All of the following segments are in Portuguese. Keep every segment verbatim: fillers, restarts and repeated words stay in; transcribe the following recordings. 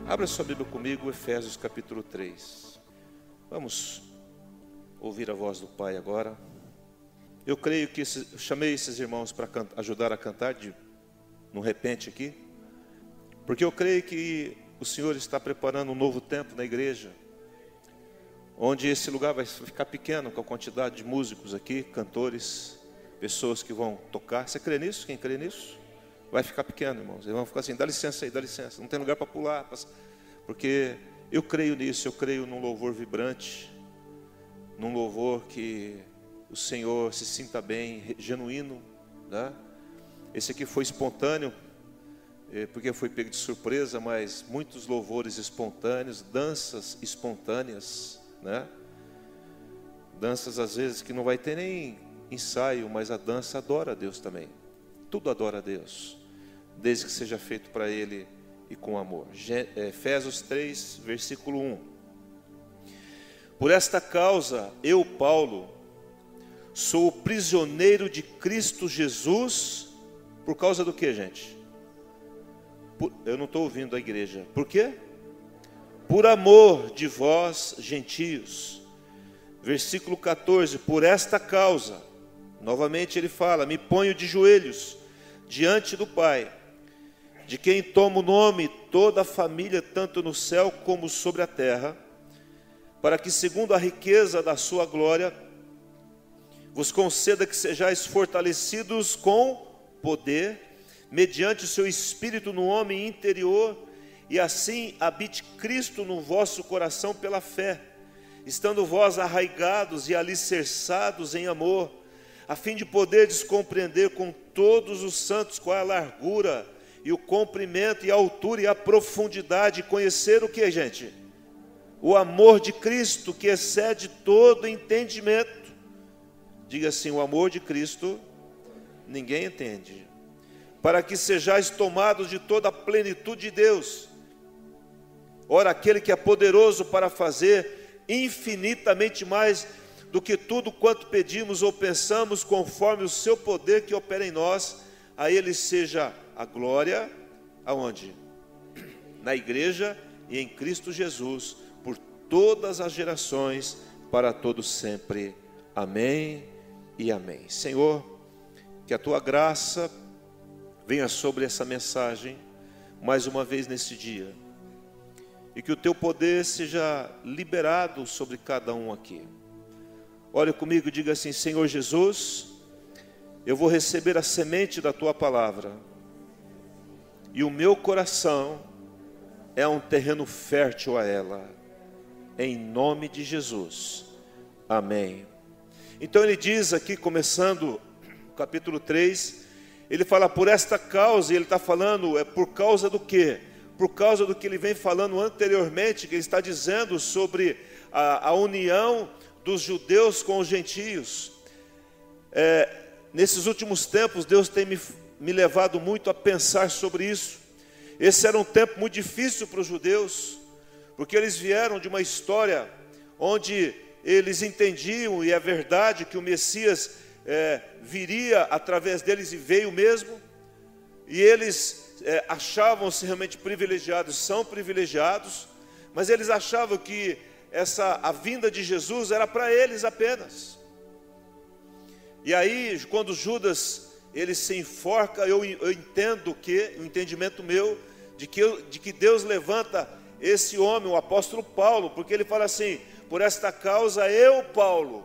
Abra sua Bíblia comigo, Efésios capítulo três. Vamos ouvir a voz do Pai agora. Eu creio que esse, eu chamei esses irmãos para ajudar a cantar de, no repente aqui, porque eu creio que o Senhor está preparando um novo tempo na igreja, onde esse lugar vai ficar pequeno com a quantidade de músicos aqui, cantores, pessoas que vão tocar. Você crê nisso? Quem crê nisso? Vai ficar pequeno, irmãos. Eles vão ficar assim, dá licença aí, dá licença. Não tem lugar para pular. Porque eu creio nisso, eu creio num louvor vibrante, num louvor que o Senhor se sinta bem, genuíno, né? Esse aqui foi espontâneo, porque foi pego de surpresa, mas muitos louvores espontâneos, danças espontâneas, né? Danças às vezes que não vai ter nem ensaio, mas a dança adora a Deus também. Tudo adora a Deus, desde que seja feito para Ele e com amor. Efésios três, versículo um. Por esta causa, eu, Paulo, sou o prisioneiro de Cristo Jesus. Por causa do que, gente? Por, eu não estou ouvindo a igreja. Por quê? Por amor de vós, gentios. Versículo catorze. Por esta causa, novamente ele fala, me ponho de joelhos diante do Pai, de quem toma o nome toda a família, tanto no céu como sobre a terra, para que, segundo a riqueza da sua glória, vos conceda que sejais fortalecidos com poder, mediante o seu Espírito no homem interior, e assim habite Cristo no vosso coração pela fé, estando vós arraigados e alicerçados em amor, a fim de poderdes compreender com todos os santos qual é a largura, e o comprimento, e a altura, e a profundidade, e conhecer o que, gente? O amor de Cristo, que excede todo entendimento. Diga assim, o amor de Cristo, ninguém entende. Para que sejais tomados de toda a plenitude de Deus. Ora, aquele que é poderoso para fazer infinitamente mais do que tudo quanto pedimos ou pensamos, conforme o seu poder que opera em nós, a Ele seja a glória, aonde? Na igreja e em Cristo Jesus, por todas as gerações, para todos sempre. Amém e amém. Senhor, que a Tua graça venha sobre essa mensagem, mais uma vez nesse dia, e que o Teu poder seja liberado sobre cada um aqui. Olha comigo e diga assim, Senhor Jesus, eu vou receber a semente da Tua palavra, e o meu coração é um terreno fértil a ela, em nome de Jesus, amém. Então ele diz aqui, começando o capítulo três, ele fala por esta causa, e ele está falando, é por causa do quê? Por causa do que ele vem falando anteriormente, que ele está dizendo sobre a, a união dos judeus com os gentios. É, nesses últimos tempos, Deus tem me, me levado muito a pensar sobre isso. Esse era um tempo muito difícil para os judeus, porque eles vieram de uma história onde eles entendiam, e é verdade, que o Messias é, viria através deles, e veio mesmo, e eles é, achavam-se realmente privilegiados, são privilegiados, mas eles achavam que essa, a vinda de Jesus era para eles apenas. E aí, quando Judas ele se enforca, eu, eu entendo que, o entendimento meu, de que, eu, de que Deus levanta esse homem, o apóstolo Paulo, porque ele fala assim, por esta causa eu, Paulo,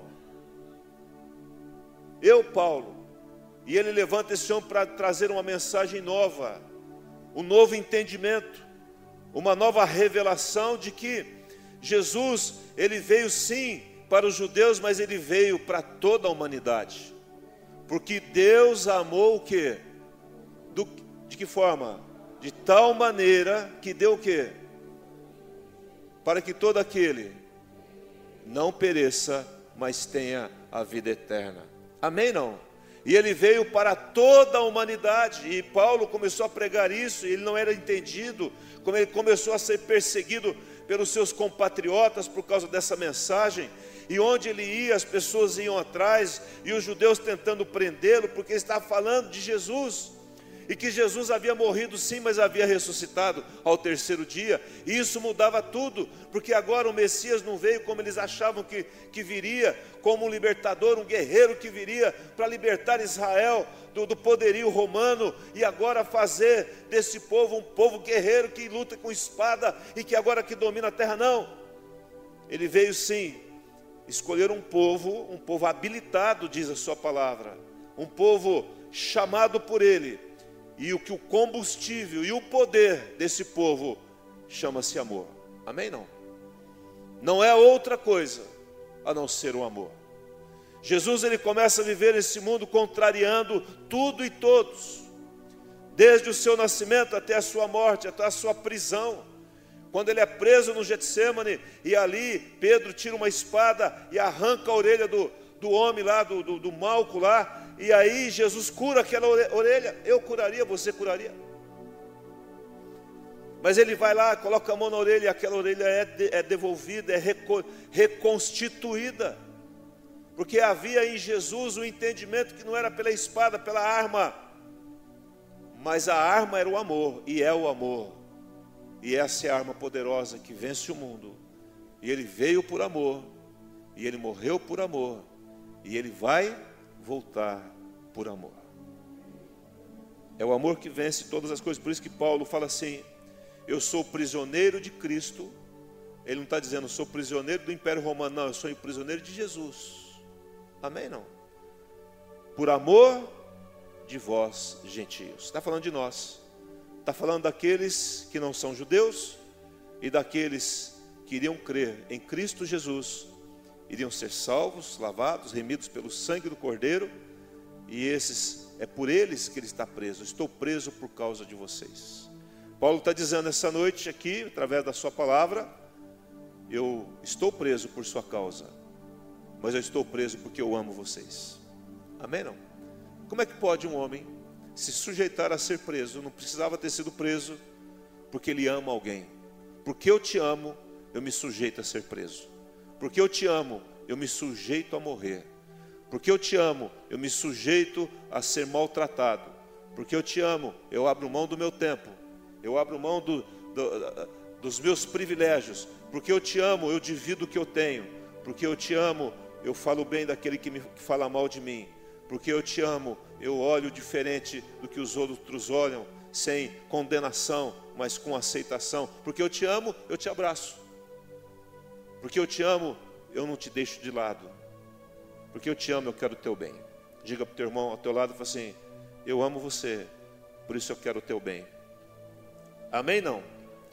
eu, Paulo, e ele levanta esse homem para trazer uma mensagem nova, um novo entendimento, uma nova revelação de que Jesus, ele veio sim para os judeus, mas ele veio para toda a humanidade, porque Deus amou o quê? Do, de que forma? De tal maneira que deu o quê? Para que todo aquele não pereça, mas tenha a vida eterna. Amém, não? E ele veio para toda a humanidade, e Paulo começou a pregar isso, e ele não era entendido, como ele começou a ser perseguido pelos seus compatriotas por causa dessa mensagem, e onde ele ia, as pessoas iam atrás, e os judeus tentando prendê-lo, porque ele estava falando de Jesus. e que Jesus havia morrido sim, mas havia ressuscitado ao terceiro dia, e isso mudava tudo, porque agora o Messias não veio como eles achavam que, que viria, como um libertador, um guerreiro que viria para libertar Israel do, do poderio romano, e agora fazer desse povo um povo guerreiro que luta com espada, e que agora que domina a terra. Não, ele veio sim escolher um povo, um povo habilitado, diz a sua palavra, um povo chamado por ele, e o que o combustível e o poder desse povo chama-se amor. Amém? Não? Não é outra coisa a não ser o amor. Jesus, ele começa a viver esse mundo contrariando tudo e todos, desde o seu nascimento até a sua morte, até a sua prisão. Quando ele é preso no Getsêmani, e ali Pedro tira uma espada e arranca a orelha do, do homem lá, do, do, do Malco lá, e aí Jesus cura aquela orelha. Eu curaria, você curaria? Mas ele vai lá, coloca a mão na orelha, e aquela orelha é, de, é devolvida, é reco, reconstituída, porque havia em Jesus o entendimento que não era pela espada, pela arma, mas a arma era o amor, e é o amor, e essa é a arma poderosa que vence o mundo. E ele veio por amor, e ele morreu por amor, e ele vai voltar por amor. É o amor que vence todas as coisas. Por isso que Paulo fala assim: eu sou prisioneiro de Cristo. Ele não está dizendo, eu sou prisioneiro do Império Romano. Não, eu sou prisioneiro de Jesus. Amém? Não? Por amor de vós, gentios. Está falando de nós. Está falando daqueles que não são judeus e daqueles que iriam crer em Cristo Jesus, iriam ser salvos, lavados, remidos pelo sangue do Cordeiro, e esses, é por eles que ele está preso. Estou preso por causa de vocês. Paulo está dizendo essa noite aqui, através da sua palavra, eu estou preso por sua causa, mas eu estou preso porque eu amo vocês. Amém? Não? Como é que pode um homem se sujeitar a ser preso? Não precisava ter sido preso, porque ele ama alguém. Porque eu te amo, eu me sujeito a ser preso. Porque eu te amo, eu me sujeito a morrer. Porque eu te amo, eu me sujeito a ser maltratado. Porque eu te amo, eu abro mão do meu tempo, eu abro mão do, do, dos meus privilégios. Porque eu te amo, eu divido o que eu tenho. Porque eu te amo, eu falo bem daquele que me que fala mal de mim. Porque eu te amo, eu olho diferente do que os outros olham, sem condenação, mas com aceitação. Porque eu te amo, eu te abraço. Porque eu te amo, eu não te deixo de lado. Porque eu te amo, eu quero o teu bem. Diga para o teu irmão ao teu lado, fala assim: eu amo você, por isso eu quero o teu bem. Amém? Não?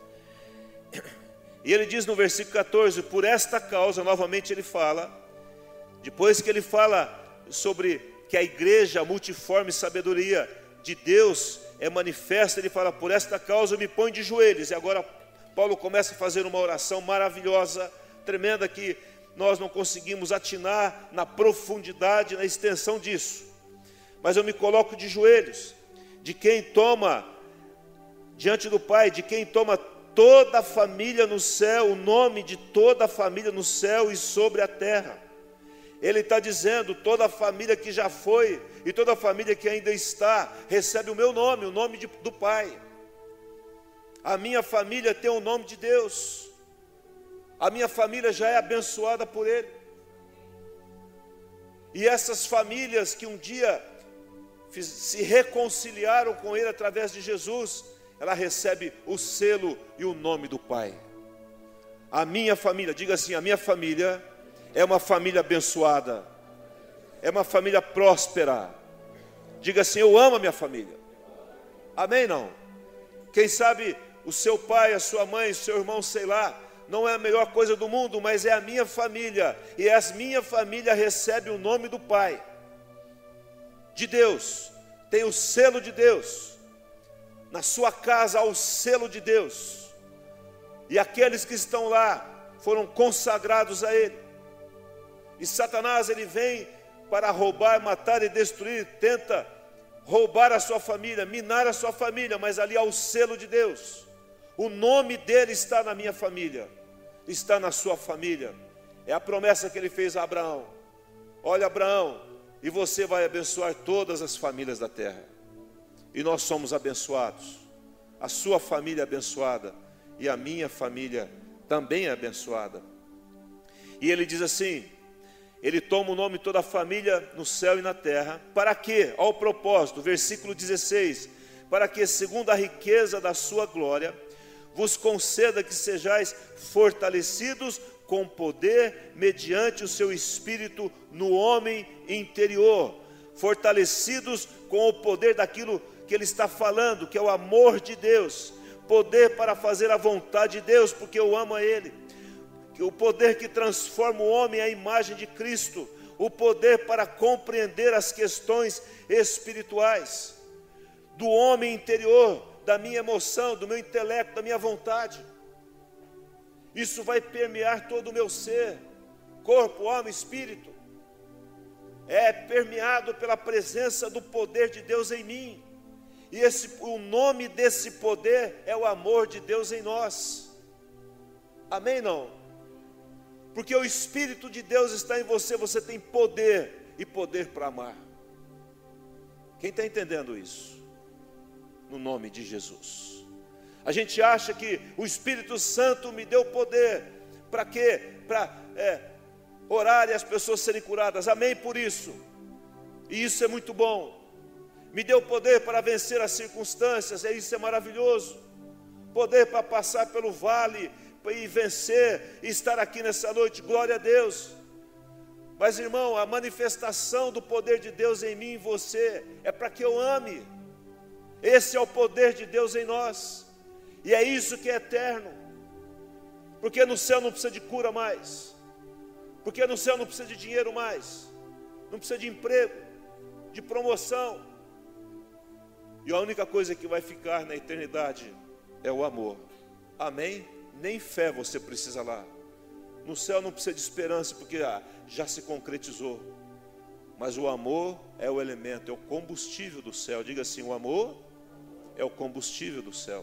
E ele diz no versículo catorze, por esta causa, novamente ele fala, depois que ele fala sobre que a igreja, a multiforme sabedoria de Deus é manifesta, ele fala, por esta causa eu me ponho de joelhos. E agora Paulo começa a fazer uma oração maravilhosa, tremenda, que nós não conseguimos atinar na profundidade, na extensão disso. Mas eu me coloco de joelhos, de quem toma, diante do Pai, de quem toma toda a família no céu, o nome de toda a família no céu e sobre a terra. Ele está dizendo, toda a família que já foi e toda a família que ainda está, recebe o meu nome, o nome de, do Pai. A minha família tem o nome de Deus. A minha família já é abençoada por Ele. E essas famílias que um dia fiz, se reconciliaram com Ele através de Jesus, ela recebe o selo e o nome do Pai. A minha família, diga assim, a minha família é uma família abençoada, é uma família próspera. Diga assim, eu amo a minha família. Amém? Não? Quem sabe o seu pai, a sua mãe, o seu irmão, sei lá, não é a melhor coisa do mundo, mas é a minha família, e a minha família recebe o nome do Pai, de Deus, tem o selo de Deus. Na sua casa há o selo de Deus, e aqueles que estão lá foram consagrados a Ele. E Satanás, ele vem para roubar, matar e destruir, tenta roubar a sua família, minar a sua família, mas ali há o selo de Deus. O nome dele está na minha família, está na sua família. É a promessa que ele fez a Abraão. Olha, Abraão, e você vai abençoar todas as famílias da terra. E nós somos abençoados. A sua família é abençoada. E a minha família também é abençoada. E ele diz assim, ele toma o nome de toda a família no céu e na terra. Para quê? Ao propósito, versículo dezesseis. Para que, segundo a riqueza da sua glória, vos conceda que sejais fortalecidos com poder mediante o seu espírito no homem interior. Fortalecidos com o poder daquilo que ele está falando, que é o amor de Deus. Poder para fazer a vontade de Deus, porque eu amo a Ele. O poder que transforma o homem à imagem de Cristo. O poder para compreender as questões espirituais do homem interior, da minha emoção, do meu intelecto, da minha vontade. Isso vai permear todo o meu ser, corpo, alma, espírito. É permeado pela presença do poder de Deus em mim. E esse, o nome desse poder é o amor de Deus em nós. Amém, não? Porque o Espírito de Deus está em você, você tem poder e poder para amar. Quem está entendendo isso? No nome de Jesus. A gente acha que o Espírito Santo me deu poder. Para quê? Para é, orar e as pessoas serem curadas. Amém por isso. E isso é muito bom. Me deu poder para vencer as circunstâncias. E isso é maravilhoso. Poder para passar pelo vale e vencer e estar aqui nessa noite. Glória a Deus. Mas, irmão, a manifestação do poder de Deus em mim e em você é para que eu ame. Esse é o poder de Deus em nós. E é isso que é eterno. Porque no céu não precisa de cura mais. Porque no céu não precisa de dinheiro mais. Não precisa de emprego, de promoção. E a única coisa que vai ficar na eternidade é o amor. Amém? Nem fé você precisa lá. No céu não precisa de esperança, porque ah, já se concretizou. Mas o amor é o elemento, é o combustível do céu. Diga assim, o amor é o combustível do céu.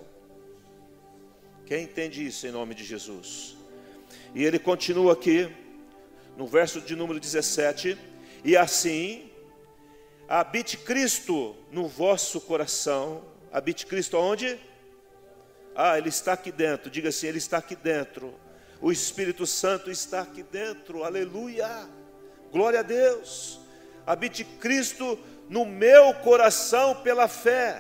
Quem entende isso em nome de Jesus? E ele continua aqui, no verso de número dezessete. E assim, habite Cristo no vosso coração. Habite Cristo aonde? Ah, Ele está aqui dentro. Diga assim, Ele está aqui dentro. O Espírito Santo está aqui dentro. Aleluia. Glória a Deus. Habite Cristo no meu coração pela fé.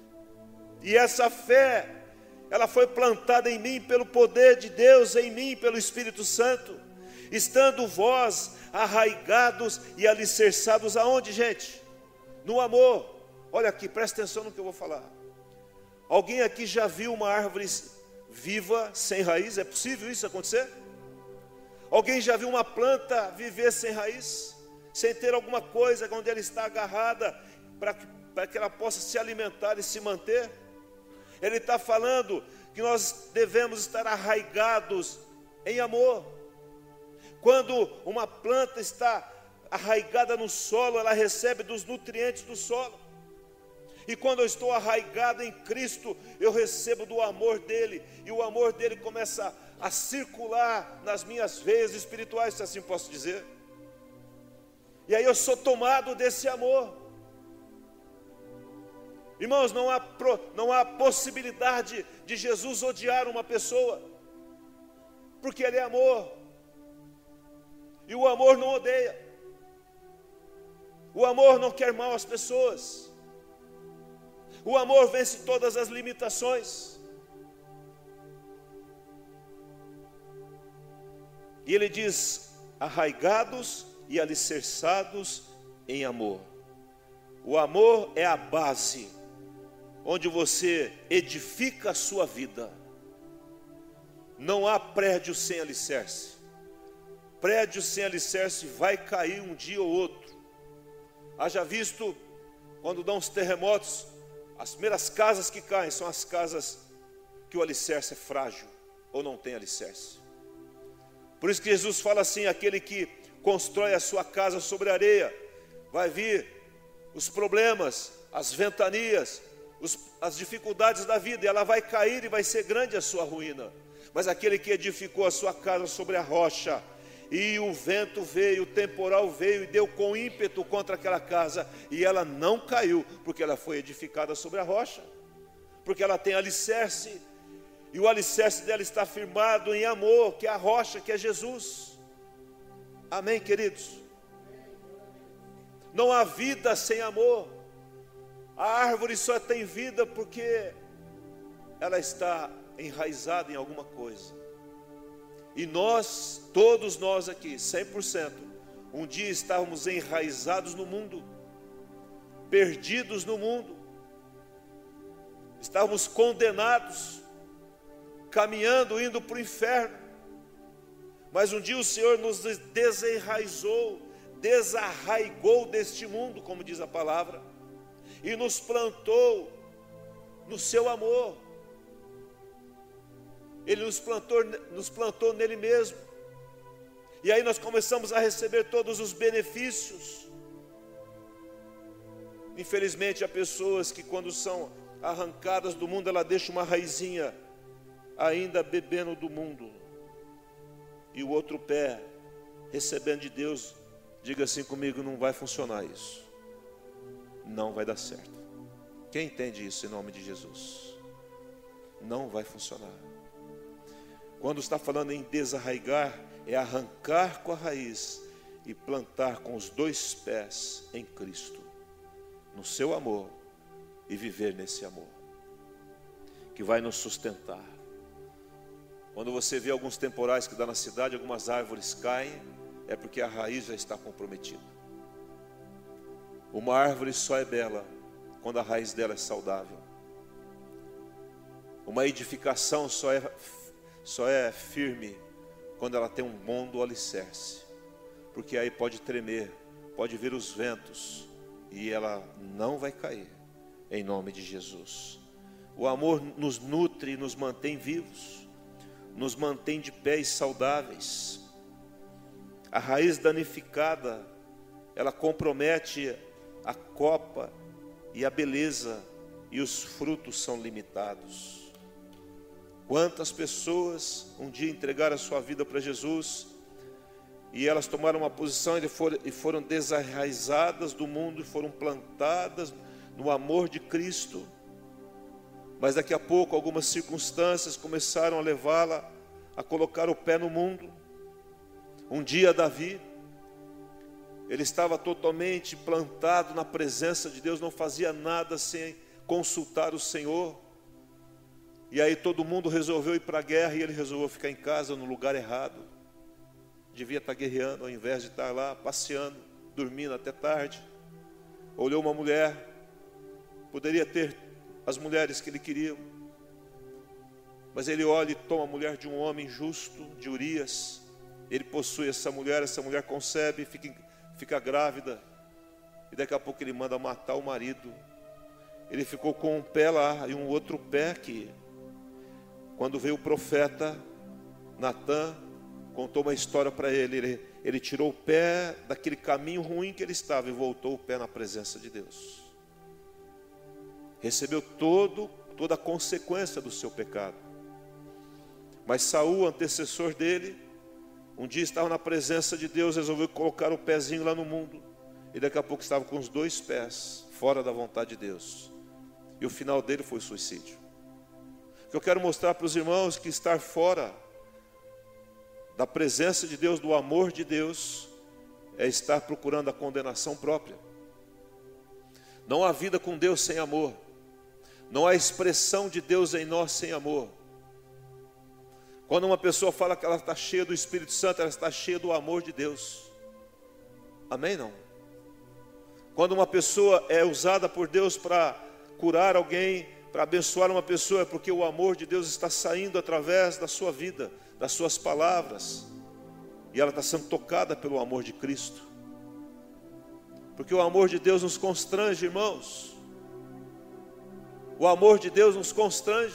E essa fé, ela foi plantada em mim pelo poder de Deus, em mim pelo Espírito Santo. Estando vós arraigados e alicerçados aonde, gente? No amor. Olha aqui, presta atenção no que eu vou falar. Alguém aqui já viu uma árvore viva sem raiz? É possível isso acontecer? Alguém já viu uma planta viver sem raiz? Sem ter alguma coisa onde ela está agarrada para, para que ela possa se alimentar e se manter? Ele está falando que nós devemos estar arraigados em amor. Quando uma planta está arraigada no solo, ela recebe dos nutrientes do solo. E quando eu estou arraigado em Cristo, eu recebo do amor dele. E o amor dele começa a circular nas minhas veias espirituais, se assim posso dizer. E aí eu sou tomado desse amor. Irmãos, não há, pro, não há possibilidade de Jesus odiar uma pessoa. Porque ele é amor. E o amor não odeia. O amor não quer mal às pessoas. O amor vence todas as limitações. E ele diz, arraigados e alicerçados em amor. O amor é a base, onde você edifica a sua vida. Não há prédio sem alicerce. Prédio sem alicerce vai cair um dia ou outro. Haja visto, quando dão os terremotos, as primeiras casas que caem são as casas que o alicerce é frágil ou não tem alicerce. Por isso que Jesus fala assim, aquele que constrói a sua casa sobre areia, vai vir os problemas, as ventanias, os, as dificuldades da vida, e ela vai cair e vai ser grande a sua ruína. Mas aquele que edificou a sua casa sobre a rocha, E o vento veio, o temporal veio e deu com ímpeto contra aquela casa. E ela não caiu, porque ela foi edificada sobre a rocha. Porque ela tem alicerce. E o alicerce dela está firmado em amor, que é a rocha, que é Jesus. Amém, queridos? Não há vida sem amor. A árvore só tem vida porque ela está enraizada em alguma coisa. E nós, todos nós aqui, cem por cento, um dia estávamos enraizados no mundo, perdidos no mundo, estávamos condenados, caminhando, indo para o inferno. Mas um dia o Senhor nos desenraizou, desarraigou deste mundo, como diz a palavra, e nos plantou no seu amor. Ele nos plantou, nos plantou nele mesmo. E aí nós começamos a receber todos os benefícios. Infelizmente há pessoas que quando são arrancadas do mundo, ela deixa uma raizinha ainda bebendo do mundo. E o outro pé recebendo de Deus. Diga assim comigo, não vai funcionar isso. Não vai dar certo. Quem entende isso em nome de Jesus? Não vai funcionar. Quando está falando em desarraigar, é arrancar com a raiz e plantar com os dois pés em Cristo, no seu amor, e viver nesse amor, que vai nos sustentar. Quando você vê alguns temporais que dá na cidade, algumas árvores caem, é porque a raiz já está comprometida. Uma árvore só é bela quando a raiz dela é saudável. Uma edificação só é Só é firme quando ela tem um bom do alicerce, porque aí pode tremer, pode vir os ventos e ela não vai cair, em nome de Jesus. O amor nos nutre e nos mantém vivos, nos mantém de pé e saudáveis. A raiz danificada, ela compromete a copa e a beleza, e os frutos são limitados. Quantas pessoas um dia entregaram a sua vida para Jesus e elas tomaram uma posição e foram, e foram desarraizadas do mundo e foram plantadas no amor de Cristo. Mas daqui a pouco algumas circunstâncias começaram a levá-la a colocar o pé no mundo. Um dia Davi, ele estava totalmente plantado na presença de Deus, não fazia nada sem consultar o Senhor. E aí todo mundo resolveu ir para a guerra e ele resolveu ficar em casa no lugar errado. Devia estar guerreando ao invés de estar lá passeando, dormindo até tarde. Olhou uma mulher, poderia ter as mulheres que ele queria, mas ele olha e toma a mulher de um homem justo, de Urias. Ele possui essa mulher, essa mulher concebe, fica, fica grávida, e daqui a pouco ele manda matar o marido. Ele ficou com um pé lá e um outro pé aqui. Quando veio o profeta Natã, contou uma história para ele, ele, ele tirou o pé daquele caminho ruim que ele estava e voltou o pé na presença de Deus. Recebeu todo, toda a consequência do seu pecado. Mas Saul, antecessor dele, um dia estava na presença de Deus, resolveu colocar o pezinho lá no mundo, e daqui a pouco estava com os dois pés fora da vontade de Deus, e o final dele foi suicídio. Eu quero mostrar para os irmãos que estar fora da presença de Deus, do amor de Deus, é estar procurando a condenação própria. Não há vida com Deus sem amor. Não há expressão de Deus em nós sem amor. Quando uma pessoa fala que ela está cheia do Espírito Santo, ela está cheia do amor de Deus. Amém? Não? Quando uma pessoa é usada por Deus para curar alguém, para abençoar uma pessoa, é porque o amor de Deus está saindo através da sua vida, das suas palavras, e ela está sendo tocada pelo amor de Cristo. Porque o amor de Deus nos constrange, irmãos. O amor de Deus nos constrange.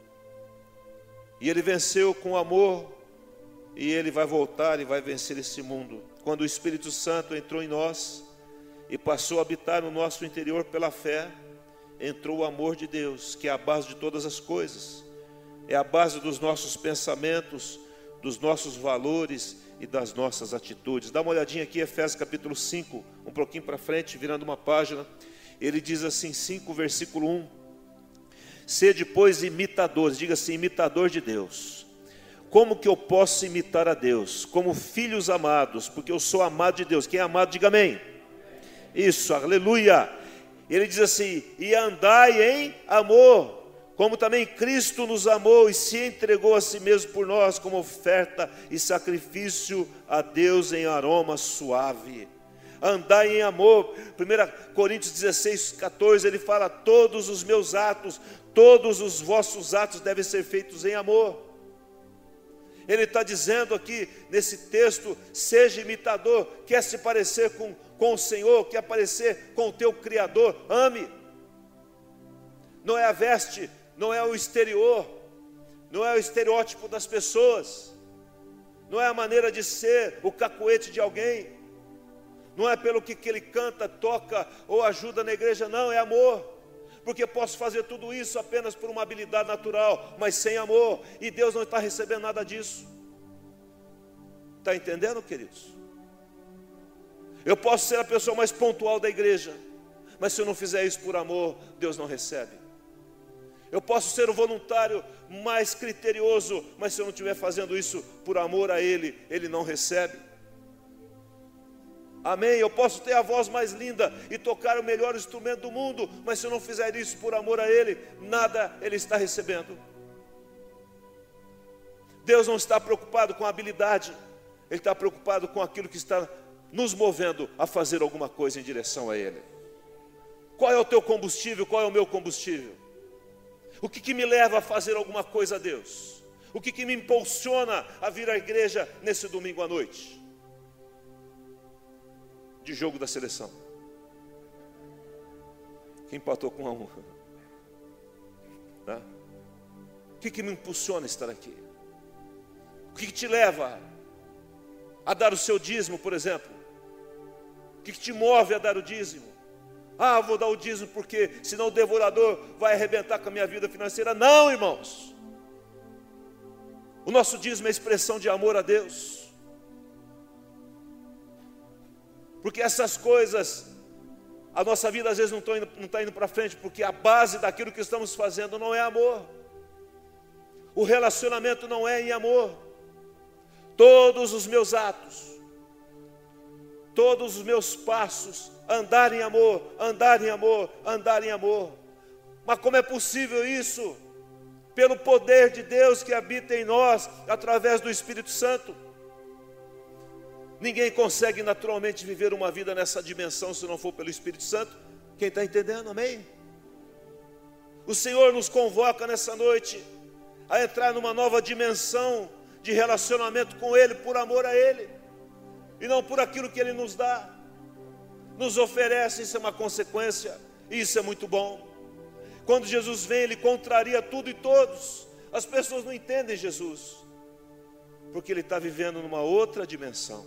E Ele venceu com amor, e Ele vai voltar e vai vencer esse mundo. Quando o Espírito Santo entrou em nós e passou a habitar no nosso interior pela fé, entrou o amor de Deus, que é a base de todas as coisas, é a base dos nossos pensamentos, dos nossos valores e das nossas atitudes. Dá uma olhadinha aqui, Efésios capítulo cinco, um pouquinho para frente, virando uma página. Ele diz assim, cinco, versículo um. Sede, pois, imitadores, diga assim, imitador de Deus. Como que eu posso imitar a Deus? Como filhos amados, porque eu sou amado de Deus. Quem é amado, diga amém. Isso, aleluia. Ele diz assim, e andai em amor, como também Cristo nos amou e se entregou a si mesmo por nós, como oferta e sacrifício a Deus em aroma suave. Andai em amor. primeira Coríntios dezesseis, quatorze, ele fala, todos os meus atos, todos os vossos atos devem ser feitos em amor. Ele está dizendo aqui, nesse texto, seja imitador, quer se parecer com, com o Senhor, quer parecer com o teu Criador, ame. Não é a veste, não é o exterior, não é o estereótipo das pessoas, não é a maneira de ser, o cacuete de alguém, não é pelo que, que ele canta, toca ou ajuda na igreja, não, é amor. Porque posso fazer tudo isso apenas por uma habilidade natural, mas sem amor, e Deus não está recebendo nada disso. Está entendendo, queridos? Eu posso ser a pessoa mais pontual da igreja, mas se eu não fizer isso por amor, Deus não recebe. Eu posso ser o voluntário mais criterioso, mas se eu não estiver fazendo isso por amor a Ele, Ele não recebe. Amém? Eu posso ter a voz mais linda e tocar o melhor instrumento do mundo, mas se eu não fizer isso por amor a Ele, nada Ele está recebendo. Deus não está preocupado com a habilidade, Ele está preocupado com aquilo que está nos movendo a fazer alguma coisa em direção a Ele. Qual é o teu combustível? Qual é o meu combustível? O que, que me leva a fazer alguma coisa a Deus? O que, que me impulsiona a vir à igreja nesse domingo à noite? De jogo da seleção. Quem empatou com a um? Tá? O que, que me impulsiona a estar aqui? O que, que te leva a dar o seu dízimo, por exemplo? O que, que te move a dar o dízimo? Ah, vou dar o dízimo porque senão o devorador vai arrebentar com a minha vida financeira. Não, irmãos. O nosso dízimo é expressão de amor a Deus. Porque essas coisas, a nossa vida às vezes não está indo, não está indo para frente, porque a base daquilo que estamos fazendo não é amor. O relacionamento não é em amor. Todos os meus atos, todos os meus passos, andar em amor, andar em amor, andar em amor. Mas como é possível isso? Pelo poder de Deus que habita em nós, através do Espírito Santo. Ninguém consegue naturalmente viver uma vida nessa dimensão se não for pelo Espírito Santo. Quem está entendendo? Amém? O Senhor nos convoca nessa noite a entrar numa nova dimensão de relacionamento com Ele, por amor a Ele, e não por aquilo que Ele nos dá, nos oferece. Isso é uma consequência, e isso é muito bom. Quando Jesus vem, Ele contraria tudo e todos. As pessoas não entendem Jesus, porque Ele está vivendo numa outra dimensão.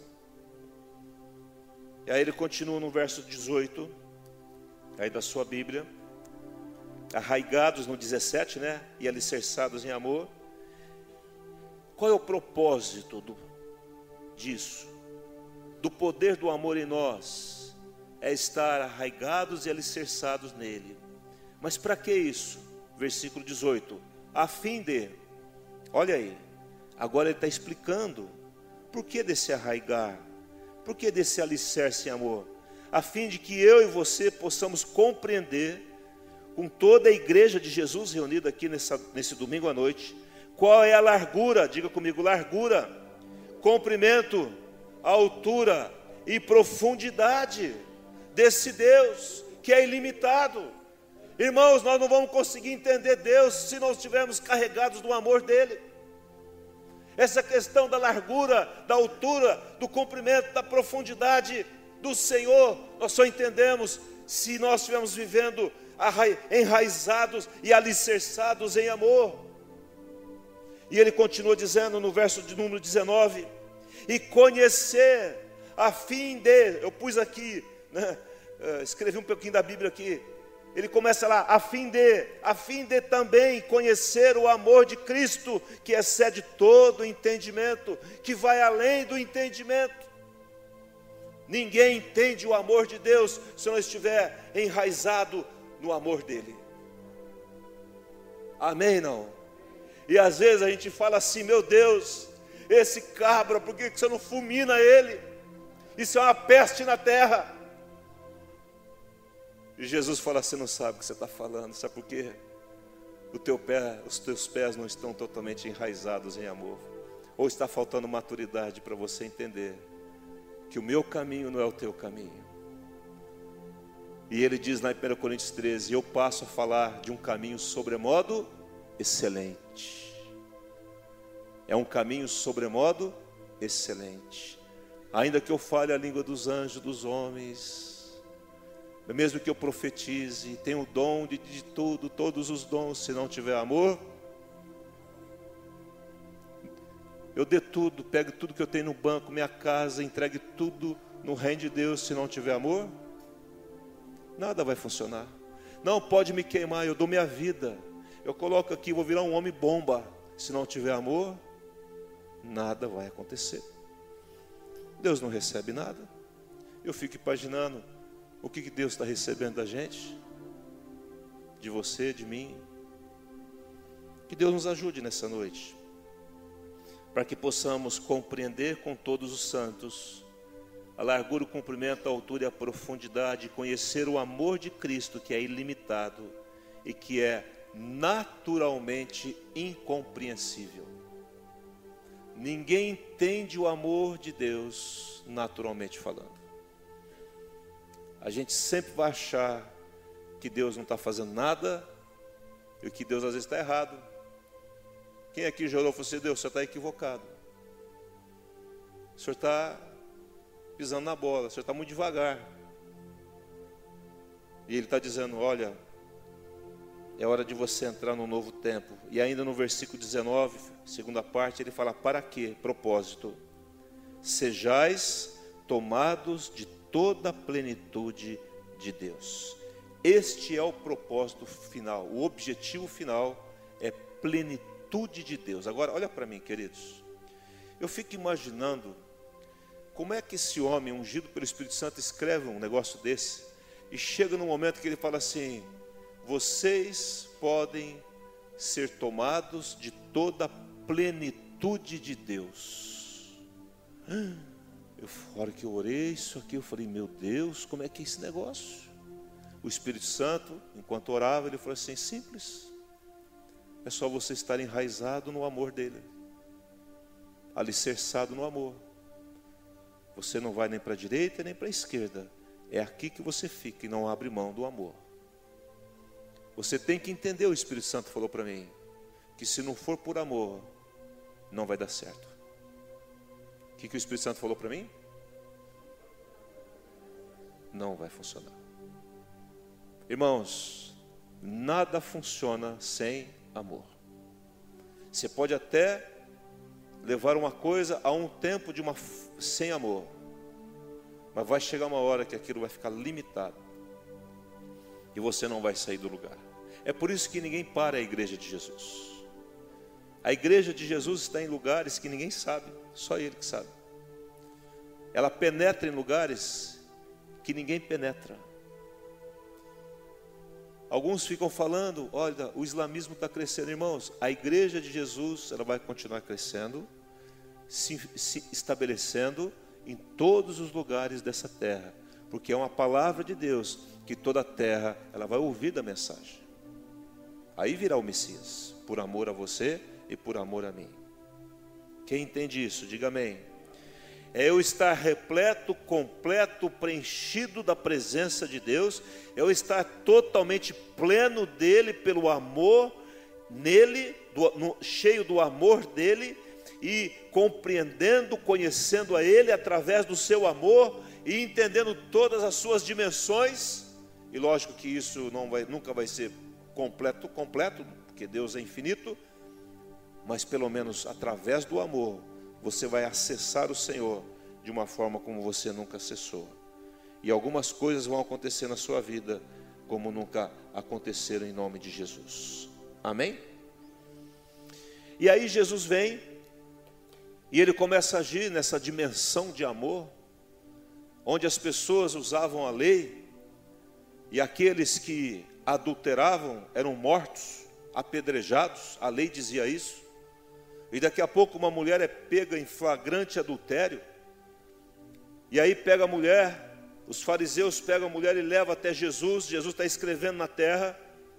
E aí Ele continua no verso dezoito, aí da sua Bíblia, arraigados no dezessete, né? E alicerçados em amor. Qual é o propósito do, disso? Do poder do amor em nós? É estar arraigados e alicerçados nele. Mas para que isso? Versículo dezoito. A fim de, olha aí, agora ele está explicando. Por que desse arraigar? Por que desse alicerce em amor? A fim de que eu e você possamos compreender, com toda a igreja de Jesus reunida aqui nessa, nesse domingo à noite, qual é a largura, diga comigo, largura, comprimento, altura e profundidade desse Deus que é ilimitado. Irmãos, nós não vamos conseguir entender Deus se não estivermos carregados do amor dele. Essa questão da largura, da altura, do comprimento, da profundidade do Senhor, nós só entendemos se nós estivermos vivendo enraizados e alicerçados em amor. E ele continua dizendo no verso de número dezenove, e conhecer, a fim de, eu pus aqui, né, escrevi um pouquinho da Bíblia aqui, Ele começa lá, a fim de, a fim de também conhecer o amor de Cristo, que excede todo o entendimento, que vai além do entendimento. Ninguém entende o amor de Deus se não estiver enraizado no amor dele. Amém, não? E às vezes a gente fala assim, meu Deus, esse cabra, por que você não fulmina ele? Isso é uma peste na terra. E Jesus fala, você não sabe o que você está falando, sabe por quê? O teu pé, os teus pés não estão totalmente enraizados em amor. Ou está faltando maturidade para você entender que o meu caminho não é o teu caminho. E ele diz lá em primeira Coríntios treze, eu passo a falar de um caminho sobremodo excelente. É um caminho sobremodo excelente. Ainda que eu fale a língua dos anjos, dos homens, mesmo que eu profetize, tenho o dom de, de tudo, todos os dons, se não tiver amor, eu dê tudo, pegue tudo que eu tenho no banco, minha casa, entregue tudo no reino de Deus, se não tiver amor, nada vai funcionar. Não, pode me queimar, eu dou minha vida, eu coloco aqui, vou virar um homem bomba, se não tiver amor, nada vai acontecer. Deus não recebe nada. Eu fico imaginando o que Deus está recebendo da gente, de você, de mim. Que Deus nos ajude nessa noite, para que possamos compreender com todos os santos a largura, o comprimento, a altura e a profundidade, conhecer o amor de Cristo, que é ilimitado e que é naturalmente incompreensível. Ninguém entende o amor de Deus naturalmente falando. A gente sempre vai achar que Deus não está fazendo nada e que Deus às vezes está errado. Quem aqui já orou e falou assim, Deus, o senhor está equivocado. O senhor está pisando na bola, o senhor está muito devagar. E Ele está dizendo, olha, é hora de você entrar num novo tempo. E ainda no versículo dezenove, segunda parte, ele fala, para quê? Propósito. Sejais tomados de toda a plenitude de Deus. Este é o propósito final, o objetivo final é plenitude de Deus. Agora, olha para mim, queridos. Eu fico imaginando como é que esse homem, ungido pelo Espírito Santo, escreve um negócio desse e chega no momento que ele fala assim, vocês podem ser tomados de toda a plenitude de Deus. Eu, a hora que eu orei isso aqui, eu falei, meu Deus, como é que é esse negócio? O Espírito Santo, enquanto orava, ele falou assim, simples. É só você estar enraizado no amor dele, alicerçado no amor. Você não vai nem para a direita nem para a esquerda. É aqui que você fica e não abre mão do amor. Você tem que entender, o Espírito Santo falou para mim, que se não for por amor, não vai dar certo. O que, que o Espírito Santo falou para mim? Não vai funcionar. Irmãos, nada funciona sem amor. Você pode até levar uma coisa a um tempo de uma, sem amor, mas vai chegar uma hora que aquilo vai ficar limitado e você não vai sair do lugar. É por isso que ninguém para a igreja de Jesus. A igreja de Jesus está em lugares que ninguém sabe, só Ele que sabe. Ela penetra em lugares que ninguém penetra. Alguns ficam falando, olha, o islamismo está crescendo. Irmãos, a igreja de Jesus, ela vai continuar crescendo, se, se estabelecendo em todos os lugares dessa terra, porque é uma palavra de Deus, que toda a terra, ela vai ouvir da mensagem. Aí virá o Messias, por amor a você e por amor a mim. Quem entende isso, diga amém. É eu estar repleto, completo, preenchido da presença de Deus, é eu estar totalmente pleno dele, pelo amor nele, do, no, cheio do amor dele, e compreendendo, conhecendo a Ele através do seu amor, e entendendo todas as suas dimensões. E lógico que isso não vai, nunca vai ser completo, completo, porque Deus é infinito, mas pelo menos através do amor, você vai acessar o Senhor de uma forma como você nunca acessou. E algumas coisas vão acontecer na sua vida como nunca aconteceram em nome de Jesus. Amém? E aí Jesus vem e ele começa a agir nessa dimensão de amor, onde as pessoas usavam a lei e aqueles que adulteravam eram mortos, apedrejados, a lei dizia isso. E daqui a pouco uma mulher é pega em flagrante adultério, e aí pega a mulher, os fariseus pegam a mulher e levam até Jesus. Jesus está escrevendo na terra,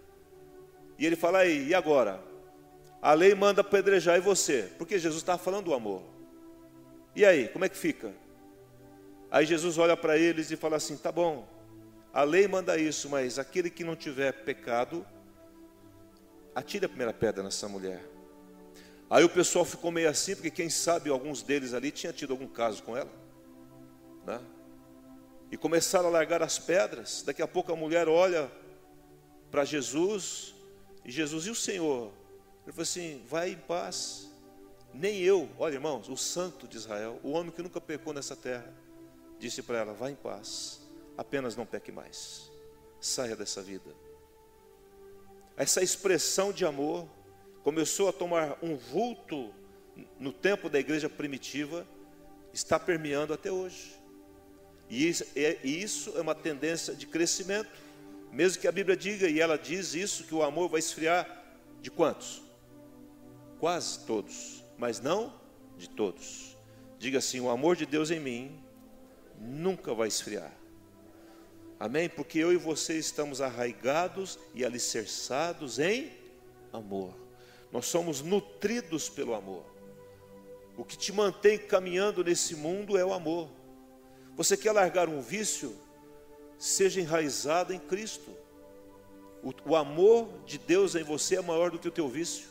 e ele fala: aí, e agora? A lei manda apedrejar, e você? Porque Jesus estava falando do amor. E aí, como é que fica? Aí Jesus olha para eles e fala assim: tá bom, a lei manda isso, mas aquele que não tiver pecado, atire a primeira pedra nessa mulher. Aí o pessoal ficou meio assim, porque quem sabe alguns deles ali tinham tido algum caso com ela, né? E começaram a largar as pedras. Daqui a pouco a mulher olha para Jesus, e Jesus: e o Senhor? Ele falou assim: vai em paz. Nem eu, olha irmãos, o santo de Israel, o homem que nunca pecou nessa terra, disse para ela: vai em paz, apenas não peque mais, saia dessa vida. Essa expressão de amor começou a tomar um vulto no tempo da igreja primitiva, está permeando até hoje. E isso é, isso é uma tendência de crescimento, mesmo que a Bíblia diga, e ela diz isso, que o amor vai esfriar de quantos? Quase todos, mas não de todos. Diga assim: o amor de Deus em mim nunca vai esfriar. Amém? Porque eu e você estamos arraigados e alicerçados em amor. Nós somos nutridos pelo amor. O que te mantém caminhando nesse mundo é o amor. Você quer largar um vício? Seja enraizado em Cristo. O, o amor de Deus em você é maior do que o teu vício.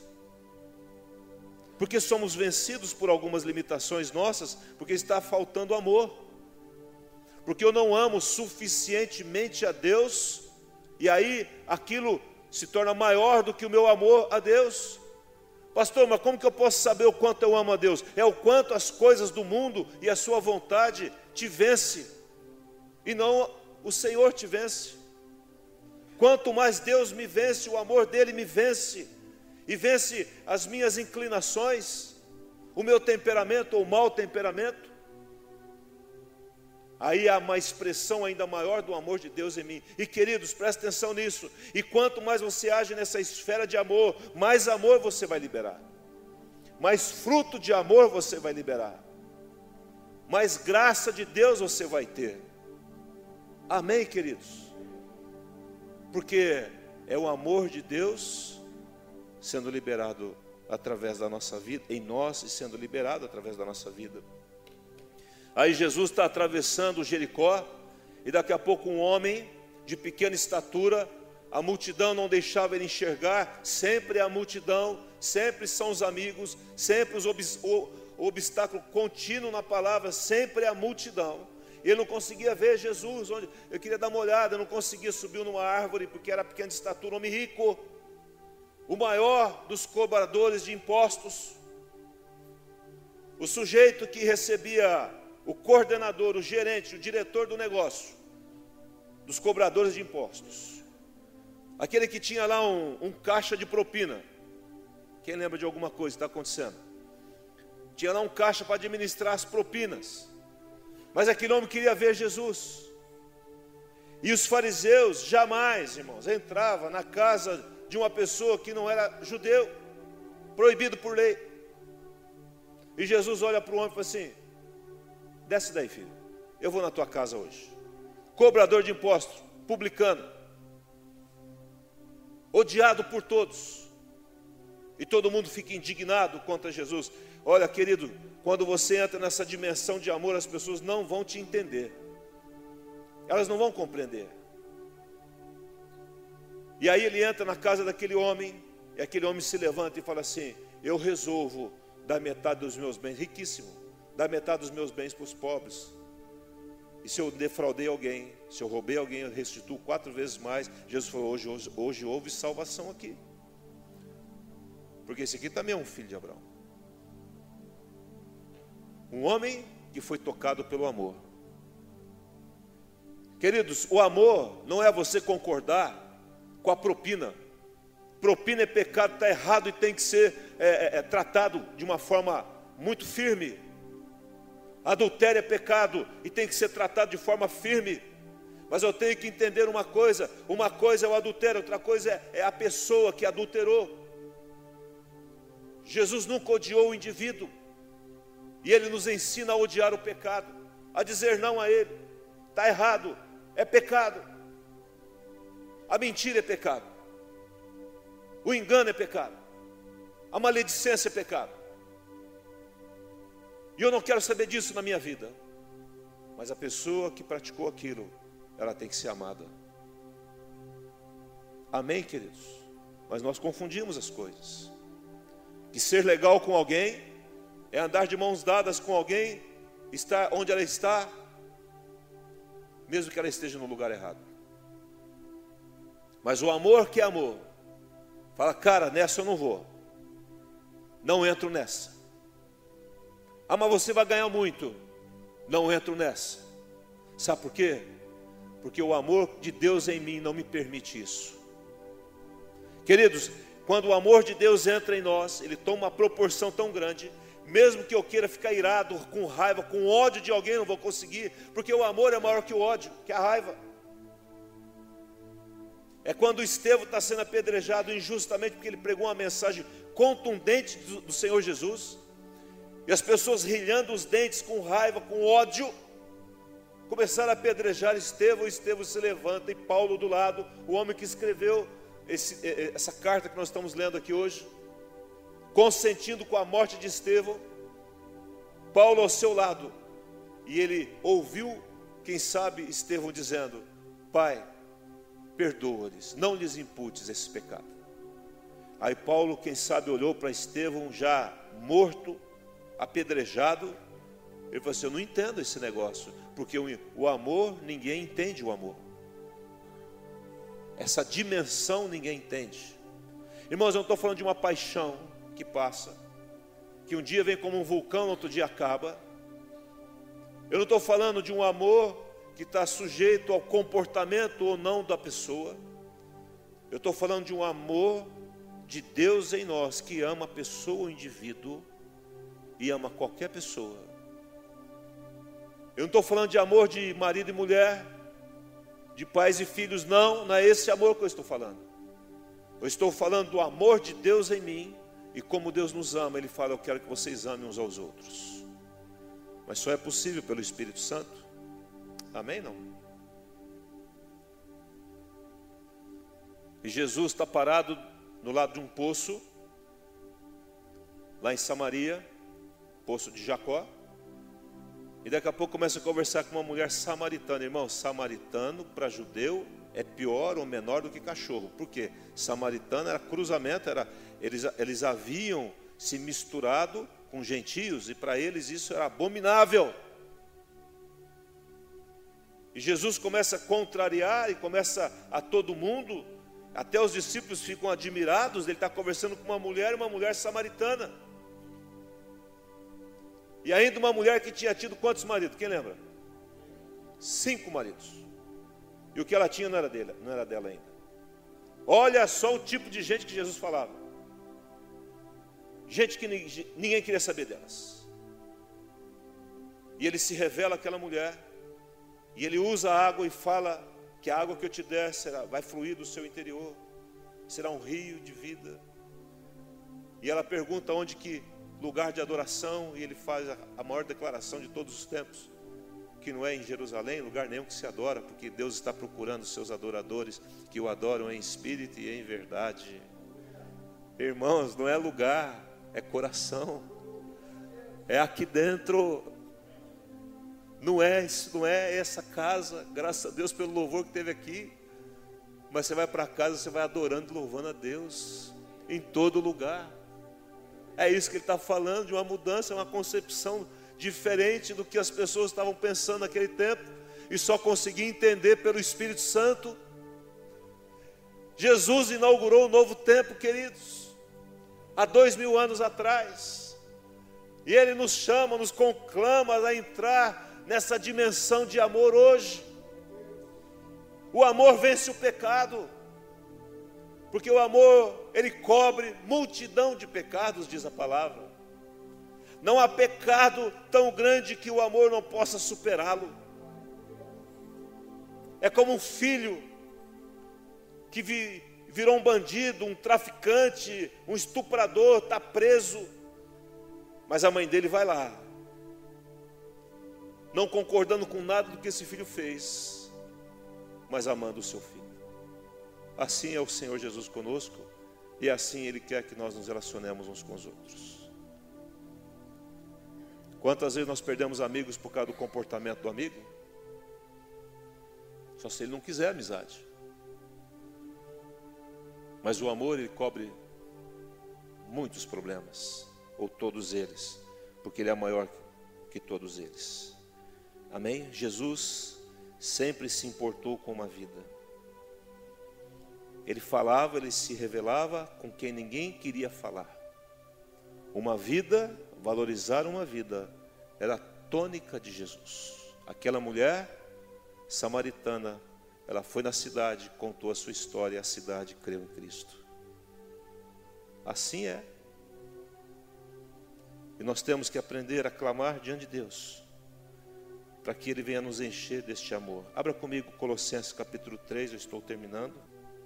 Porque somos vencidos por algumas limitações nossas, porque está faltando amor. Porque eu não amo suficientemente a Deus, e aí aquilo se torna maior do que o meu amor a Deus. Pastor, mas como que eu posso saber o quanto eu amo a Deus? É o quanto as coisas do mundo e a sua vontade te vence, e não o Senhor te vence. Quanto mais Deus me vence, o amor dele me vence, e vence as minhas inclinações, o meu temperamento ou mau temperamento. Aí há uma expressão ainda maior do amor de Deus em mim. E queridos, presta atenção nisso. E quanto mais você age nessa esfera de amor, mais amor você vai liberar, mais fruto de amor você vai liberar, mais graça de Deus você vai ter. Amém, queridos? Porque é o amor de Deus sendo liberado através da nossa vida, em nós, e sendo liberado através da nossa vida. Aí Jesus está atravessando Jericó, e daqui a pouco um homem de pequena estatura, a multidão não deixava ele enxergar. Sempre é a multidão, sempre são os amigos, sempre os ob, o, o obstáculo contínuo na palavra, sempre é a multidão. Ele não conseguia ver Jesus, onde eu queria dar uma olhada, não conseguia subir numa árvore, porque era pequena de estatura, um homem rico, o maior dos cobradores de impostos, o sujeito que recebia o coordenador, o gerente, o diretor do negócio, dos cobradores de impostos, aquele que tinha lá um, um caixa de propina. Quem lembra de alguma coisa que está acontecendo? Tinha lá um caixa para administrar as propinas, mas aquele homem queria ver Jesus. E os fariseus jamais, irmãos, entravam na casa de uma pessoa que não era judeu, proibido por lei. E Jesus olha para o homem e fala assim: desce daí, filho, eu vou na tua casa hoje. Cobrador de impostos, publicano, odiado por todos, e todo mundo fica indignado contra Jesus. Olha, querido, quando você entra nessa dimensão de amor, as pessoas não vão te entender, elas não vão compreender. E aí ele entra na casa daquele homem, e aquele homem se levanta e fala assim: eu resolvo dar metade dos meus bens, riquíssimo, dar metade dos meus bens para os pobres. E se eu defraudei alguém, se eu roubei alguém, eu restituo quatro vezes mais. Jesus falou: hoje, hoje, hoje houve salvação aqui, porque esse aqui também é um filho de Abraão, um homem que foi tocado pelo amor. Queridos, o amor não é você concordar com a propina. Propina é pecado, está errado e tem que ser é, é, tratado de uma forma muito firme. Adultério é pecado e tem que ser tratado de forma firme. Mas eu tenho que entender uma coisa: uma coisa é o adultério, outra coisa é, é a pessoa que adulterou. Jesus nunca odiou o indivíduo, e Ele nos ensina a odiar o pecado, a dizer não a ele. Está errado, é pecado. A mentira é pecado, o engano é pecado, a maledicência é pecado. E eu não quero saber disso na minha vida. Mas a pessoa que praticou aquilo, ela tem que ser amada. Amém, queridos? Mas nós confundimos as coisas. Que ser legal com alguém é andar de mãos dadas com alguém, estar onde ela está, mesmo que ela esteja no lugar errado. Mas o amor que é amor, fala, cara, nessa eu não vou, não entro nessa. Ah, mas você vai ganhar muito, não entro nessa. Sabe por quê? Porque o amor de Deus em mim não me permite isso. Queridos, quando o amor de Deus entra em nós, ele toma uma proporção tão grande, mesmo que eu queira ficar irado, com raiva, com ódio de alguém, não vou conseguir, porque o amor é maior que o ódio, que a raiva. É quando Estevão está sendo apedrejado injustamente, porque ele pregou uma mensagem contundente do, do Senhor Jesus, e as pessoas rilhando os dentes com raiva, com ódio, começaram a apedrejar Estevão. Estevão se levanta, e Paulo do lado, o homem que escreveu esse, essa carta que nós estamos lendo aqui hoje, consentindo com a morte de Estevão, Paulo ao seu lado, e ele ouviu, quem sabe, Estevão dizendo: Pai, perdoa-lhes, não lhes imputes esse pecado. Aí Paulo, quem sabe, olhou para Estevão já morto, apedrejado. Ele falou assim: eu não entendo esse negócio, porque o, o amor, ninguém entende o amor. Essa dimensão ninguém entende. Irmãos, eu não estou falando de uma paixão que passa, que um dia vem como um vulcão, outro dia acaba. Eu não estou falando de um amor que está sujeito ao comportamento ou não da pessoa. Eu estou falando de um amor de Deus em nós, que ama a pessoa, o indivíduo, e ama qualquer pessoa. Eu não estou falando de amor de marido e mulher, de pais e filhos, não, não é esse amor que eu estou falando. Eu estou falando do amor de Deus em mim, e como Deus nos ama, Ele fala: eu quero que vocês amem uns aos outros. Mas só é possível pelo Espírito Santo. Amém? Não? E Jesus está parado no lado de um poço, lá em Samaria, poço de Jacó, e daqui a pouco começa a conversar com uma mulher samaritana. Irmão, samaritano para judeu é pior ou menor do que cachorro. Por quê? Samaritano era cruzamento, era, eles, eles haviam se misturado com gentios, e para eles isso era abominável. E Jesus começa a contrariar, e começa a todo mundo, até os discípulos ficam admirados. Ele está conversando com uma mulher, uma mulher samaritana. E ainda uma mulher que tinha tido quantos maridos? Quem lembra? Cinco maridos. E o que ela tinha não era dele, não era dela ainda. Olha só o tipo de gente que Jesus falava. Gente que ninguém queria saber delas. E ele se revela àquela mulher, e ele usa a água e fala que a água que eu te der será, vai fluir do seu interior, será um rio de vida. E ela pergunta onde que lugar de adoração, e ele faz a, a maior declaração de todos os tempos, que não é em Jerusalém, lugar nenhum que se adora, porque Deus está procurando seus adoradores, que o adoram em espírito e em verdade. Irmãos, não é lugar, é coração, é aqui dentro. Não é, não é essa casa, graças a Deus pelo louvor que teve aqui, mas você vai para casa, você vai adorando, louvando a Deus, em todo lugar. É isso que ele está falando, de uma mudança, uma concepção diferente do que as pessoas estavam pensando naquele tempo, e só conseguia entender pelo Espírito Santo. Jesus inaugurou um novo tempo, queridos, há dois mil anos atrás, e Ele nos chama, nos conclama a entrar nessa dimensão de amor hoje. O amor vence o pecado, porque o amor, ele cobre multidão de pecados, diz a palavra. Não há pecado tão grande que o amor não possa superá-lo. É como um filho que vi, virou um bandido, um traficante, um estuprador, está preso, mas a mãe dele vai lá, não concordando com nada do que esse filho fez, mas amando o seu filho. Assim é o Senhor Jesus conosco, e assim Ele quer que nós nos relacionemos uns com os outros. Quantas vezes nós perdemos amigos por causa do comportamento do amigo? Só se ele não quiser amizade. Mas o amor, ele cobre muitos problemas, ou todos eles, porque Ele é maior que todos eles. Amém? Jesus sempre se importou com uma vida. Ele falava, Ele se revelava com quem ninguém queria falar. Uma vida, valorizar uma vida, era a tônica de Jesus. Aquela mulher samaritana, ela foi na cidade, contou a sua história, e a cidade creu em Cristo. Assim é. E nós temos que aprender a clamar diante de Deus, para que Ele venha nos encher deste amor. Abra comigo Colossenses capítulo três, eu estou terminando.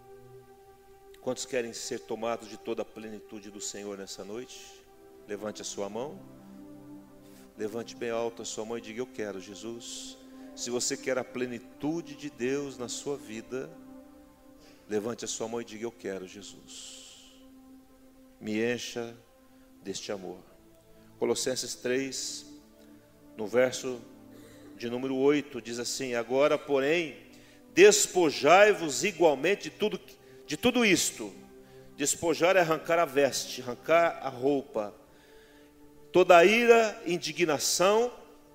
Quantos querem ser tomados de toda a plenitude do Senhor nessa noite? Levante a sua mão. Levante bem alto a sua mão e diga: eu quero, Jesus. Se você quer a plenitude de Deus na sua vida, levante a sua mão e diga: eu quero, Jesus. Me encha deste amor. Colossenses três, no verso de número oito, diz assim: agora, porém, despojai-vos igualmente de tudo, de tudo isto. Despojar é arrancar a veste, arrancar a roupa. Toda a ira, indignação,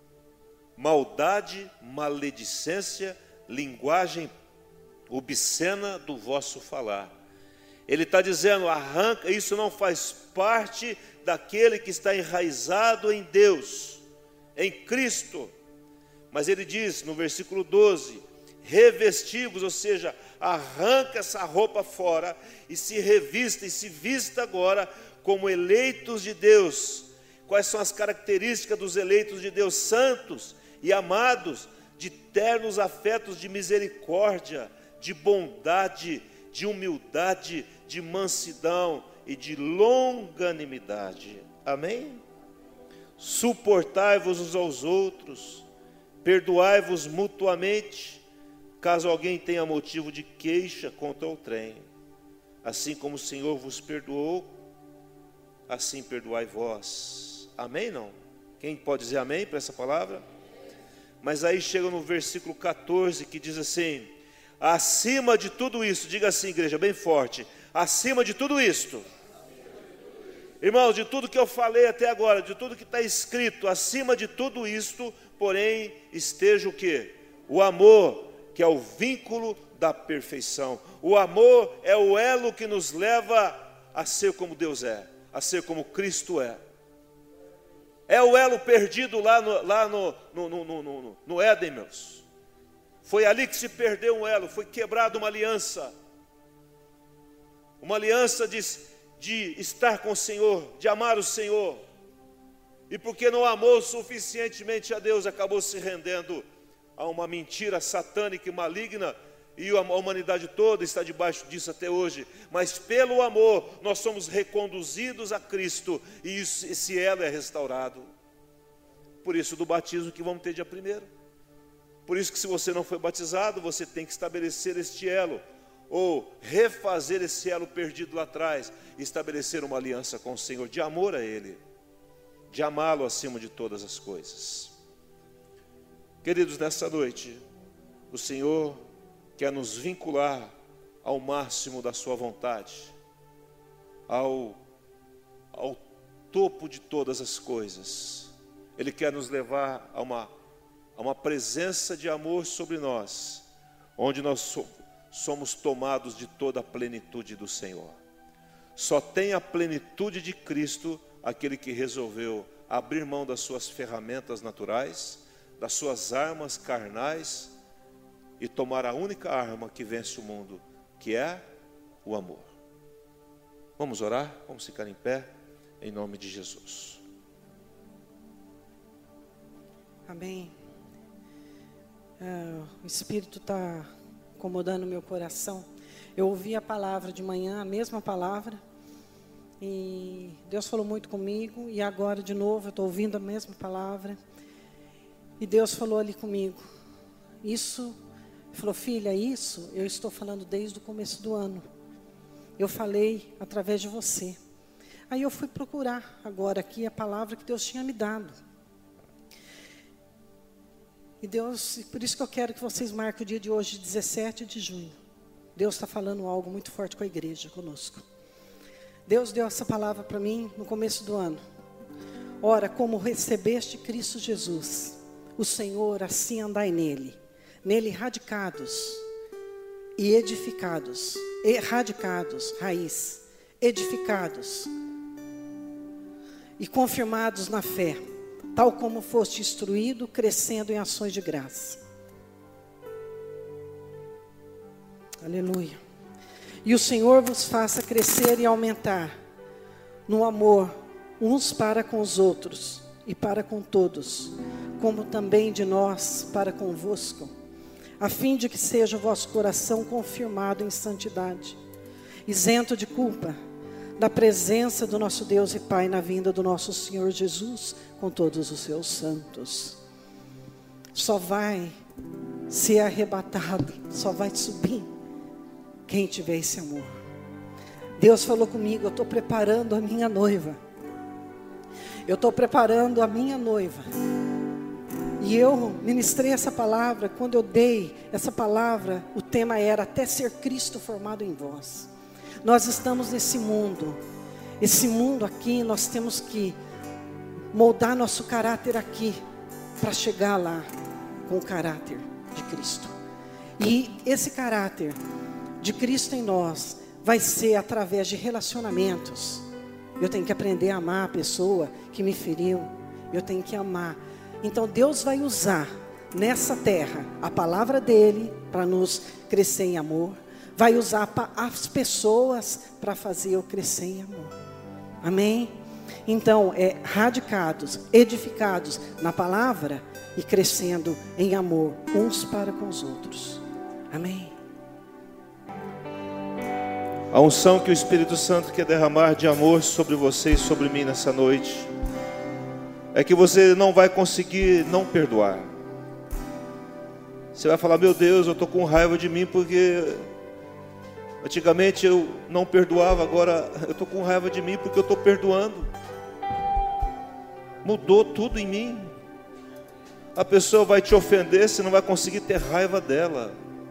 maldade, maledicência, linguagem obscena do vosso falar. Ele está dizendo: arranca, isso não faz parte daquele que está enraizado em Deus, em Cristo. Mas ele diz no versículo doze: revesti-vos, ou seja, arranca essa roupa fora e se revista e se vista agora como eleitos de Deus. Quais são as características dos eleitos de Deus? Santos e amados, de ternos afetos de misericórdia, de bondade, de humildade, de mansidão e de longanimidade. Amém? Suportai-vos uns aos outros, perdoai-vos mutuamente, caso alguém tenha motivo de queixa contra outrem. Assim como o Senhor vos perdoou, assim perdoai vós. Amém, não? Quem pode dizer amém para essa palavra? Mas aí chega no versículo catorze, que diz assim: acima de tudo isso, diga assim, igreja, bem forte: acima de tudo isto, irmãos, de tudo que eu falei até agora, de tudo que está escrito, acima de tudo isto, porém, esteja o quê? O amor, que é o vínculo da perfeição. O amor é o elo que nos leva a ser como Deus é, a ser como Cristo é. É o elo perdido lá no, lá no, no, no, no, no, no Éden, meus. Foi ali que se perdeu um elo, foi quebrada uma aliança. Uma aliança de, de estar com o Senhor, de amar o Senhor. E porque não amou suficientemente a Deus, acabou se rendendo a uma mentira satânica e maligna, e a humanidade toda está debaixo disso até hoje. Mas pelo amor nós somos reconduzidos a Cristo, e isso, esse elo é restaurado. Por isso do batismo que vamos ter dia primeiro. Por isso que se você não foi batizado, você tem que estabelecer este elo, ou refazer esse elo perdido lá atrás, e estabelecer uma aliança com o Senhor, de amor a Ele, de amá-lo acima de todas as coisas. Queridos, nessa noite, o Senhor quer nos vincular ao máximo da sua vontade, ao, ao topo de todas as coisas. Ele quer nos levar a uma, a uma presença de amor sobre nós, onde nós so, somos tomados de toda a plenitude do Senhor. Só tem a plenitude de Cristo aquele que resolveu abrir mão das suas ferramentas naturais, das suas armas carnais, e tomar a única arma que vence o mundo, que é o amor. Vamos orar? Vamos ficar em pé, em nome de Jesus. Amém. Ah, o Espírito está incomodando o meu coração. Eu ouvi a palavra de manhã, a mesma palavra, e Deus falou muito comigo, e agora de novo eu estou ouvindo a mesma palavra, e Deus falou ali comigo, isso, ele falou, filha, isso eu estou falando desde o começo do ano, eu falei através de você. Aí eu fui procurar agora aqui a palavra que Deus tinha me dado, e Deus, por isso que eu quero que vocês marquem o dia de hoje, dezessete de junho, Deus está falando algo muito forte com a igreja, conosco. Deus deu essa palavra para mim no começo do ano. Ora, como recebeste Cristo Jesus, o Senhor, assim andai nele, nele radicados e edificados, erradicados, raiz, edificados e confirmados na fé, tal como foste instruído, crescendo em ações de graça. Aleluia. E o Senhor vos faça crescer e aumentar no amor uns para com os outros e para com todos, como também de nós para convosco, a fim de que seja o vosso coração confirmado em santidade, isento de culpa, na presença do nosso Deus e Pai, na vinda do nosso Senhor Jesus, com todos os seus santos. Só vai ser arrebatado, só vai subir quem tiver esse amor. Deus falou comigo, eu estou preparando a minha noiva. Eu estou preparando a minha noiva. E eu ministrei essa palavra, quando eu dei essa palavra, o tema era até ser Cristo formado em vós. Nós estamos nesse mundo, esse mundo aqui, nós temos que moldar nosso caráter aqui, para chegar lá com o caráter de Cristo. E esse caráter de Cristo em nós vai ser através de relacionamentos. Eu tenho que aprender a amar a pessoa que me feriu. Eu tenho que amar. Então Deus vai usar nessa terra a palavra dele para nos crescer em amor. Vai usar as pessoas para fazer eu crescer em amor. Amém? Então é radicados, edificados na palavra e crescendo em amor uns para com os outros. Amém? A unção que o Espírito Santo quer derramar de amor sobre você e sobre mim nessa noite é que você não vai conseguir não perdoar. Você vai falar, meu Deus, eu estou com raiva de mim porque antigamente eu não perdoava, agora eu estou com raiva de mim porque eu estou perdoando. Mudou tudo em mim. A pessoa vai te ofender, você não vai conseguir ter raiva dela.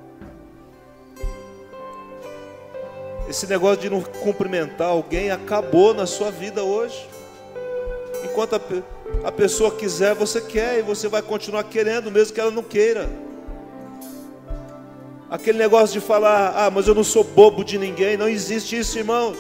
Esse negócio de não cumprimentar alguém acabou na sua vida hoje. Enquanto a, a pessoa quiser, você quer, e você vai continuar querendo, mesmo que ela não queira. Aquele negócio de falar, ah, mas eu não sou bobo de ninguém, não existe isso, irmãos.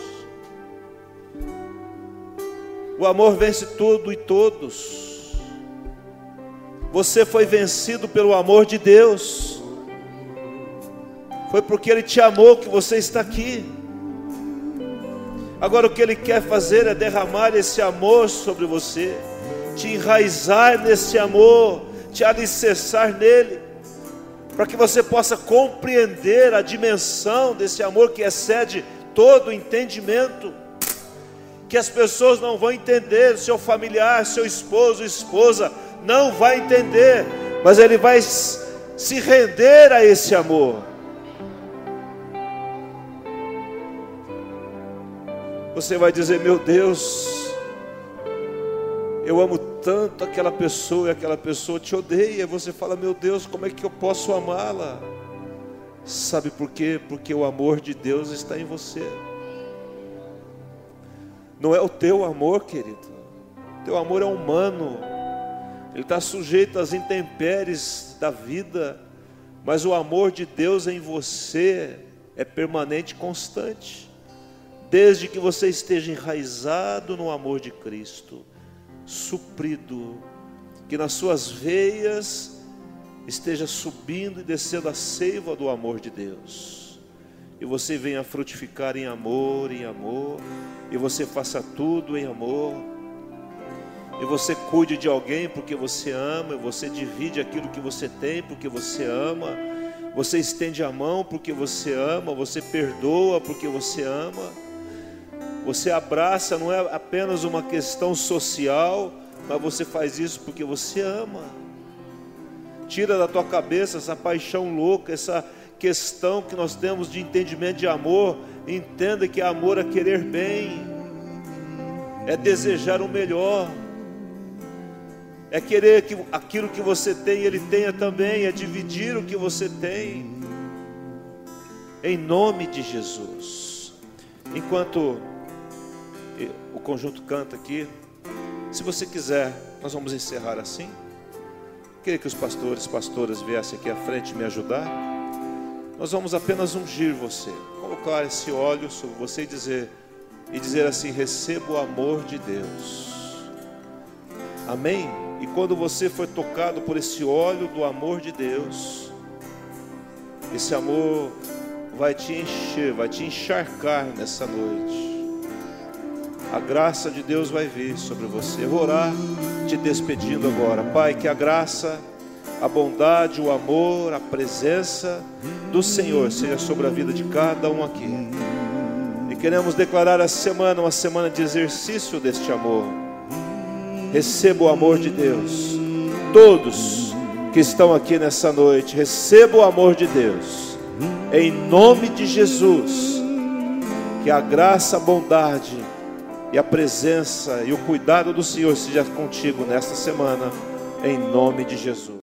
O amor vence tudo e todos. Você foi vencido pelo amor de Deus. Foi porque Ele te amou que você está aqui. Agora o que Ele quer fazer é derramar esse amor sobre você, te enraizar nesse amor, te alicerçar nele, para que você possa compreender a dimensão desse amor que excede todo o entendimento, que as pessoas não vão entender, seu familiar, seu esposo, esposa, não vai entender, mas ele vai se render a esse amor. Você vai dizer, meu Deus, eu amo tanto aquela pessoa e aquela pessoa te odeia. Você fala, meu Deus, como é que eu posso amá-la? Sabe por quê? Porque o amor de Deus está em você. Não é o teu amor, querido. O teu amor é humano. Ele está sujeito às intempéries da vida. Mas o amor de Deus em você é permanente e constante. Desde que você esteja enraizado no amor de Cristo, suprido, que nas suas veias esteja subindo e descendo a seiva do amor de Deus, e você venha frutificar em amor, em amor, e você faça tudo em amor, e você cuide de alguém porque você ama, e você divide aquilo que você tem porque você ama, você estende a mão porque você ama, você perdoa porque você ama, você abraça, não é apenas uma questão social, mas você faz isso porque você ama. Tira da tua cabeça essa paixão louca, essa questão que nós temos de entendimento de amor. Entenda que amor é querer bem, é desejar o melhor, é querer que aquilo que você tem, Ele tenha também, é dividir o que você tem, em nome de Jesus. Enquanto o conjunto canta aqui, se você quiser, nós vamos encerrar assim. Queria que os pastores, pastoras viessem aqui à frente me ajudar. Nós vamos apenas ungir você, colocar esse óleo sobre você e dizer, e dizer assim: receba o amor de Deus. Amém? E quando você for tocado por esse óleo do amor de Deus, esse amor vai te encher, vai te encharcar nessa noite. A graça de Deus vai vir sobre você. Eu vou orar te despedindo agora. Pai, que a graça, a bondade, o amor, a presença do Senhor seja sobre a vida de cada um aqui. E queremos declarar essa semana uma semana de exercício deste amor. Receba o amor de Deus. Todos que estão aqui nessa noite, receba o amor de Deus. Em nome de Jesus. Que a graça, a bondade e a presença e o cuidado do Senhor seja contigo nesta semana, em nome de Jesus.